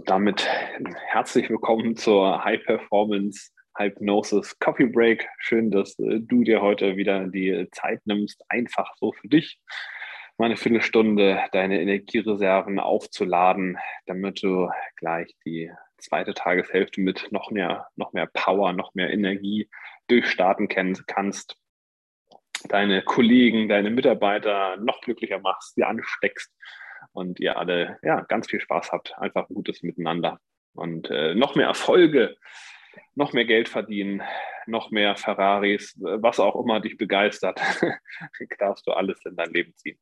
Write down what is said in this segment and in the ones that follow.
Damit herzlich willkommen zur High Performance Hypnosis Coffee Break. Schön, dass du dir heute wieder die Zeit nimmst, einfach so für dich mal eine Viertelstunde deine Energiereserven aufzuladen, damit du gleich die zweite Tageshälfte mit noch mehr Power, noch mehr Energie durchstarten kannst, deine Kollegen, deine Mitarbeiter noch glücklicher machst, sie ansteckst und ihr alle ganz viel Spaß habt. Einfach ein gutes Miteinander und noch mehr Erfolge, noch mehr Geld verdienen, noch mehr Ferraris, was auch immer dich begeistert, darfst du alles in dein Leben ziehen.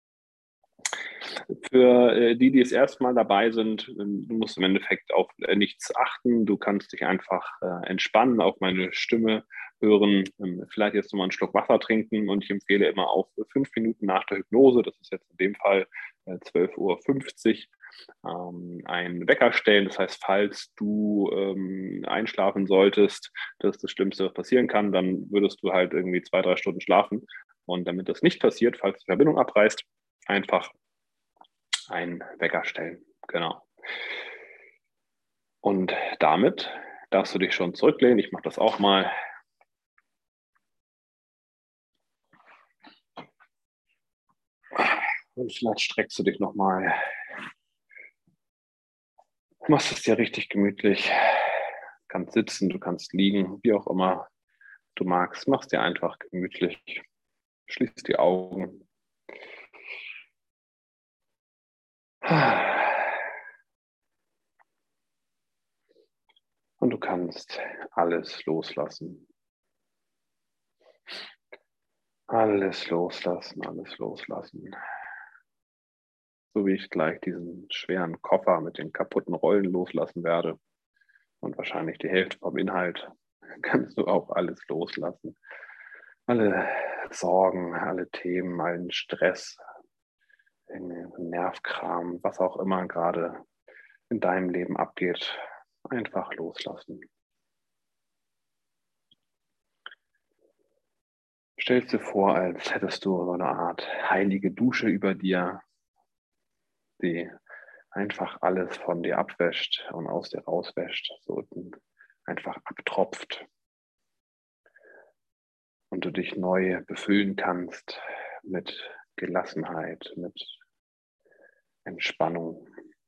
Für die das erste Mal dabei sind, du musst im Endeffekt auf nichts achten. Du kannst dich einfach entspannen, auf meine Stimme hören, vielleicht jetzt nochmal einen Schluck Wasser trinken und ich empfehle immer auf 5 Minuten nach der Hypnose, das ist jetzt in dem Fall 12:50 Uhr, einen Wecker stellen. Das heißt, falls du einschlafen solltest, das ist das Schlimmste, was passieren kann, dann würdest du halt irgendwie 2, 3 Stunden schlafen. Und damit das nicht passiert, falls die Verbindung abreißt, einfach einen Wecker stellen. Genau. Und damit darfst du dich schon zurücklehnen. Ich mache das auch mal. Und vielleicht streckst du dich nochmal. Machst es dir richtig gemütlich. Du kannst sitzen, du kannst liegen, wie auch immer du magst. Mach's dir einfach gemütlich. Schließ die Augen. Und du kannst alles loslassen. Alles loslassen, alles loslassen. So wie ich gleich diesen schweren Koffer mit den kaputten Rollen loslassen werde und wahrscheinlich die Hälfte vom Inhalt, kannst du auch alles loslassen. Alle Sorgen, alle Themen, allen Stress, Nervkram, was auch immer gerade in deinem Leben abgeht, einfach loslassen. Stell dir vor, als hättest du so eine Art heilige Dusche über dir, die einfach alles von dir abwäscht und aus dir rauswäscht, so einfach abtropft und du dich neu befüllen kannst mit Gelassenheit, mit Entspannung.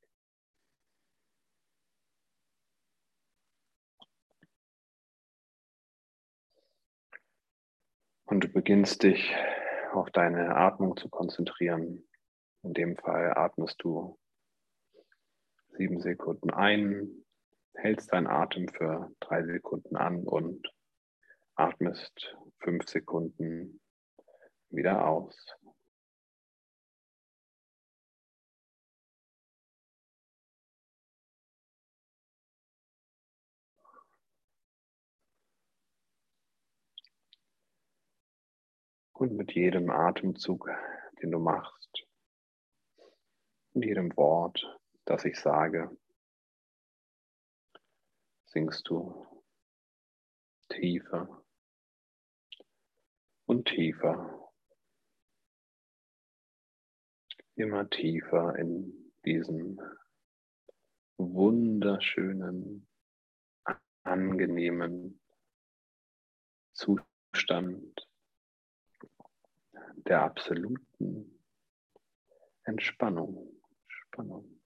Und du beginnst dich auf deine Atmung zu konzentrieren. In dem Fall atmest du 7 Sekunden ein, hältst deinen Atem für 3 Sekunden an und atmest 5 Sekunden wieder aus. Und mit jedem Atemzug, den du machst, und jedem Wort, das ich sage, sinkst du tiefer und tiefer, immer tiefer in diesen wunderschönen, angenehmen Zustand der absoluten Entspannung. Spannung.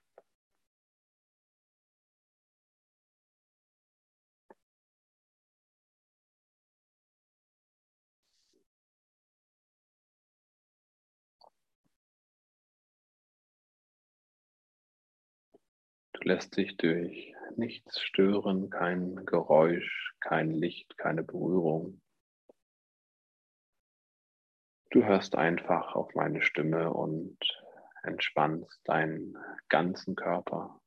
Du lässt dich durch nichts stören, kein Geräusch, kein Licht, keine Berührung. Du hörst einfach auf meine Stimme und entspannst deinen ganzen Körper.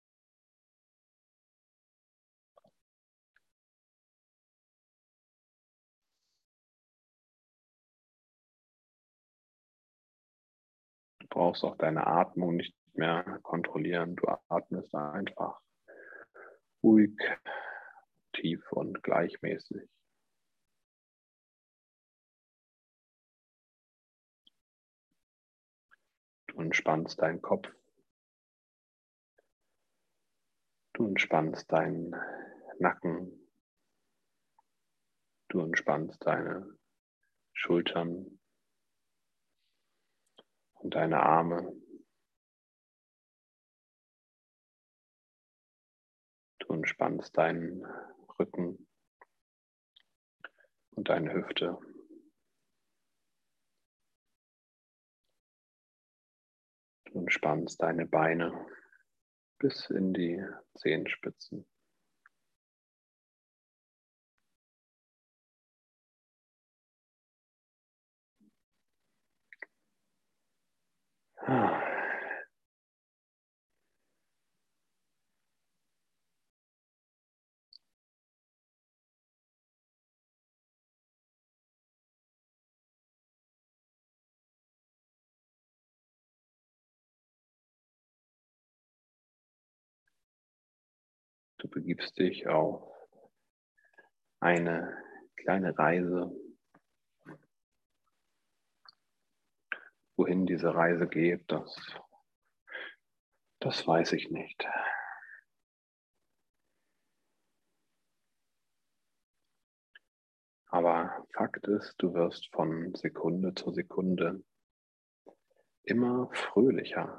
Du brauchst auch deine Atmung nicht mehr kontrollieren. Du atmest einfach ruhig, tief und gleichmäßig. Du entspannst deinen Kopf. Du entspannst deinen Nacken, du entspannst deine Schultern und deine Arme. Du entspannst deinen Rücken und deine Hüfte. Du entspannst deine Beine bis in die Zehenspitzen. Du begibst dich auf eine kleine Reise. Wohin diese Reise geht, das weiß ich nicht. Aber Fakt ist, du wirst von Sekunde zu Sekunde immer fröhlicher.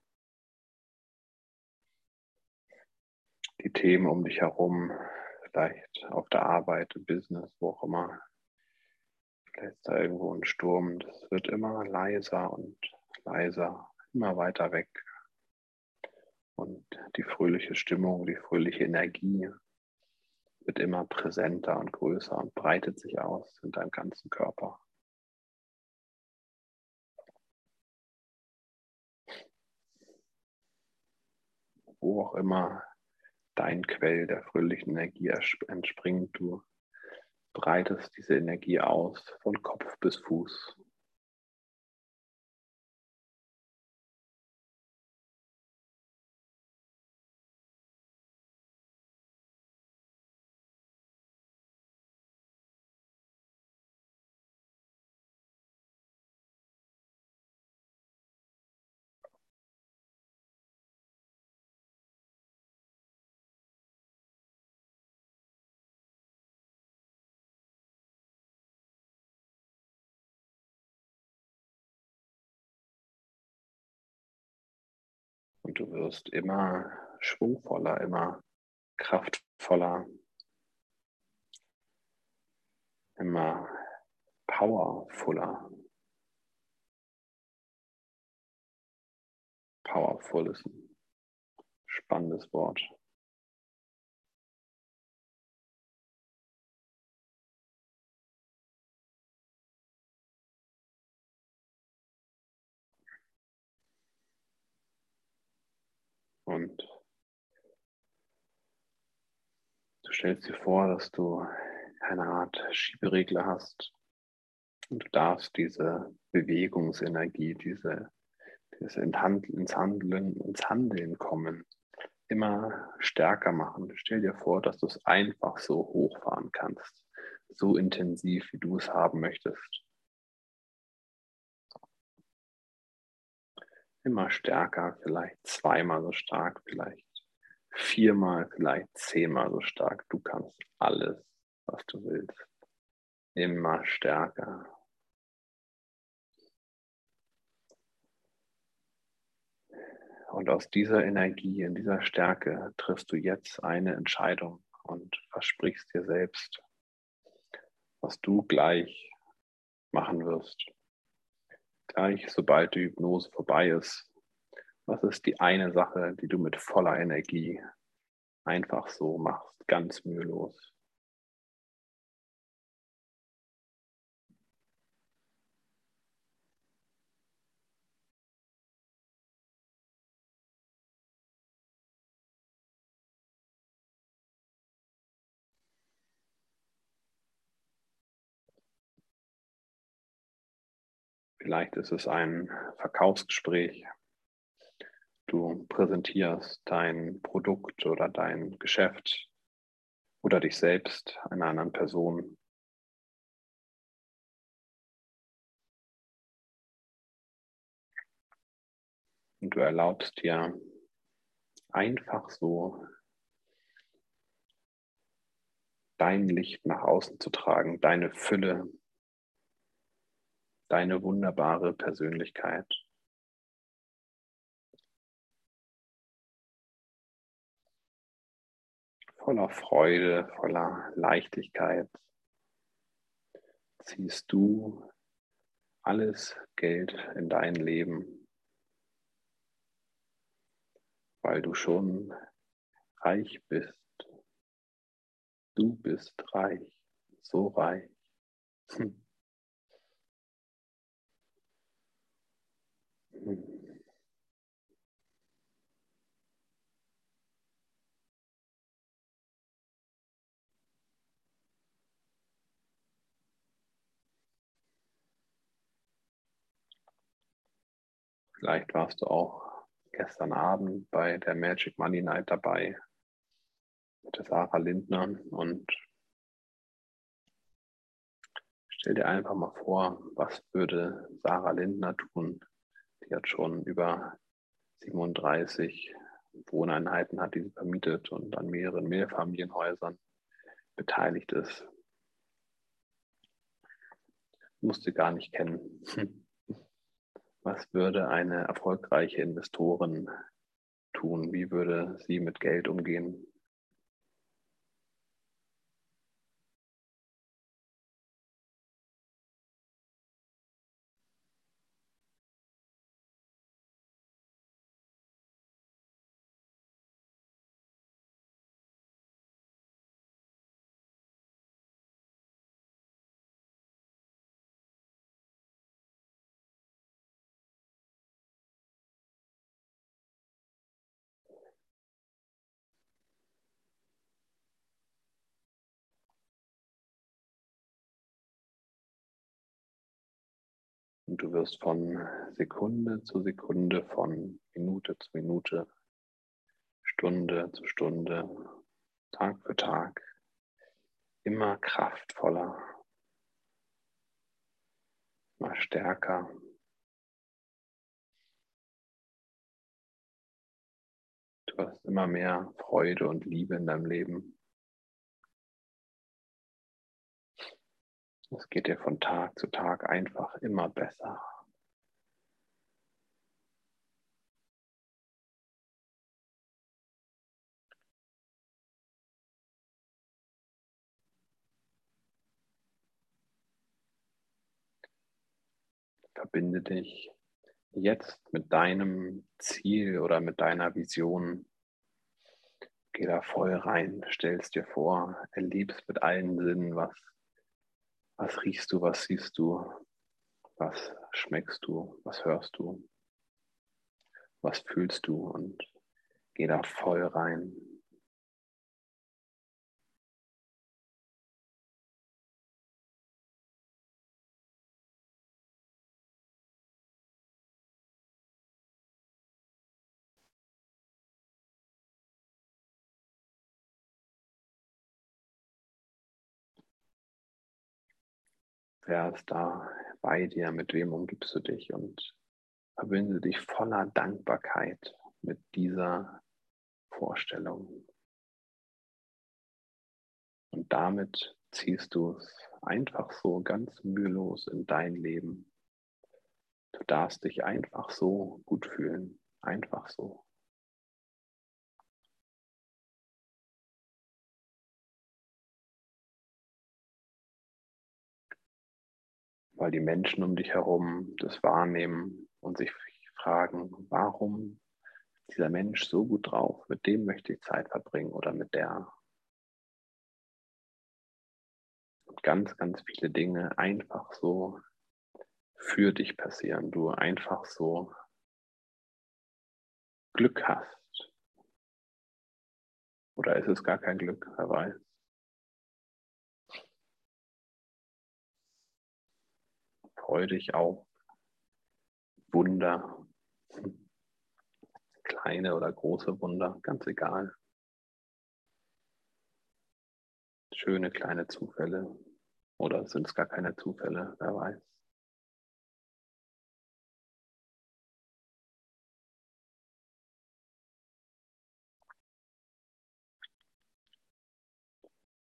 Die Themen um dich herum, vielleicht auf der Arbeit, im Business, wo auch immer, vielleicht ist da irgendwo ein Sturm, das wird immer leiser und leiser, immer weiter weg. Und die fröhliche Stimmung, die fröhliche Energie wird immer präsenter und größer und breitet sich aus in deinem ganzen Körper. Wo auch immer dein Quell der fröhlichen Energie entspringt, du breitest diese Energie aus von Kopf bis Fuß. Und du wirst immer schwungvoller, immer kraftvoller, immer powerfuller. Powerful ist ein spannendes Wort. Und du stellst dir vor, dass du eine Art Schieberegler hast und du darfst diese Bewegungsenergie, dieses ins Handeln kommen, immer stärker machen. Stell dir vor, dass du es einfach so hochfahren kannst, so intensiv, wie du es haben möchtest. Immer stärker, vielleicht zweimal so stark, vielleicht viermal, vielleicht zehnmal so stark. Du kannst alles, was du willst. Immer stärker. Und aus dieser Energie, in dieser Stärke triffst du jetzt eine Entscheidung und versprichst dir selbst, was du gleich machen wirst. Gleich, sobald die Hypnose vorbei ist, was ist die eine Sache, die du mit voller Energie einfach so machst, ganz mühelos? Vielleicht ist es ein Verkaufsgespräch. Du präsentierst dein Produkt oder dein Geschäft oder dich selbst einer anderen Person. Und du erlaubst dir einfach so dein Licht nach außen zu tragen, deine Fülle, deine wunderbare Persönlichkeit. Voller Freude, voller Leichtigkeit ziehst du alles Geld in dein Leben, weil du schon reich bist. Du bist reich, so reich. Vielleicht warst du auch gestern Abend bei der Magic Money Night dabei mit der Sarah Lindner und stell dir einfach mal vor, was würde Sarah Lindner tun? Die hat schon über 37 Wohneinheiten, hat die sie vermietet und an mehreren Mehrfamilienhäusern beteiligt ist. Musst du gar nicht kennen. Was würde eine erfolgreiche Investorin tun? Wie würde sie mit Geld umgehen? Und du wirst von Sekunde zu Sekunde, von Minute zu Minute, Stunde zu Stunde, Tag für Tag immer kraftvoller, immer stärker. Du hast immer mehr Freude und Liebe in deinem Leben. Es geht dir von Tag zu Tag einfach immer besser. Verbinde dich jetzt mit deinem Ziel oder mit deiner Vision. Geh da voll rein, stellst dir vor, erlebst mit allen Sinnen, was riechst du, was siehst du, was schmeckst du, was hörst du, was fühlst du und geh da voll rein. Wer ist da bei dir, mit wem umgibst du dich und verbinde dich voller Dankbarkeit mit dieser Vorstellung. Und damit ziehst du es einfach so ganz mühelos in dein Leben. Du darfst dich einfach so gut fühlen. Einfach so. Weil die Menschen um dich herum das wahrnehmen und sich fragen, warum ist dieser Mensch so gut drauf? Mit dem möchte ich Zeit verbringen oder mit der. Und ganz, ganz viele Dinge einfach so für dich passieren. Du einfach so Glück hast. Oder ist es gar kein Glück? Wer weiß. Freu dich auf Wunder, kleine oder große Wunder, ganz egal. Schöne kleine Zufälle oder sind es gar keine Zufälle, wer weiß.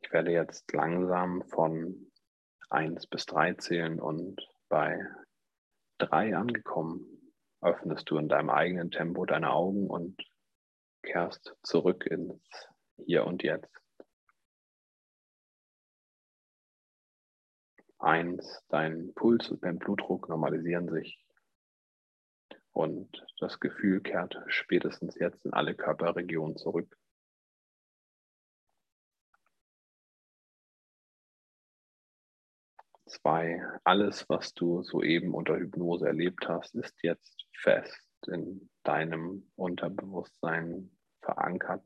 Ich werde jetzt langsam von 1 bis 3 zählen und bei 3 angekommen, öffnest du in deinem eigenen Tempo deine Augen und kehrst zurück ins Hier und Jetzt. 1, dein Puls und dein Blutdruck normalisieren sich und das Gefühl kehrt spätestens jetzt in alle Körperregionen zurück. 2, alles, was du soeben unter Hypnose erlebt hast, ist jetzt fest in deinem Unterbewusstsein verankert.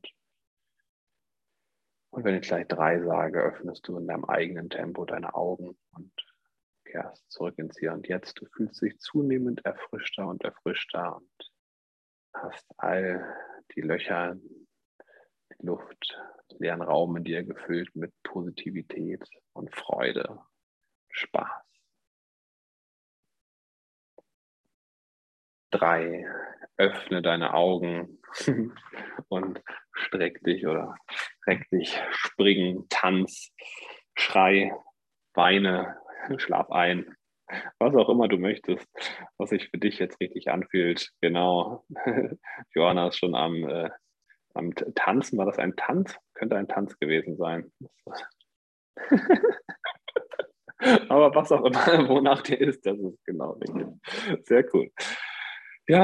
Und wenn ich gleich 3 sage, öffnest du in deinem eigenen Tempo deine Augen und kehrst zurück ins Hier und Jetzt. Du fühlst dich zunehmend erfrischter und erfrischter und hast all die Löcher, die Luft, leeren Raum in dir gefüllt mit Positivität und Freude, Spaß. 3, öffne deine Augen und streck dich oder reck dich, spring, tanz, schrei, weine, schlaf ein, was auch immer du möchtest, was sich für dich jetzt richtig anfühlt. Genau, Johanna ist schon am Tanzen. War das ein Tanz? Könnte ein Tanz gewesen sein. Aber was auch immer, wonach dir ist, das ist genau richtig. Sehr cool.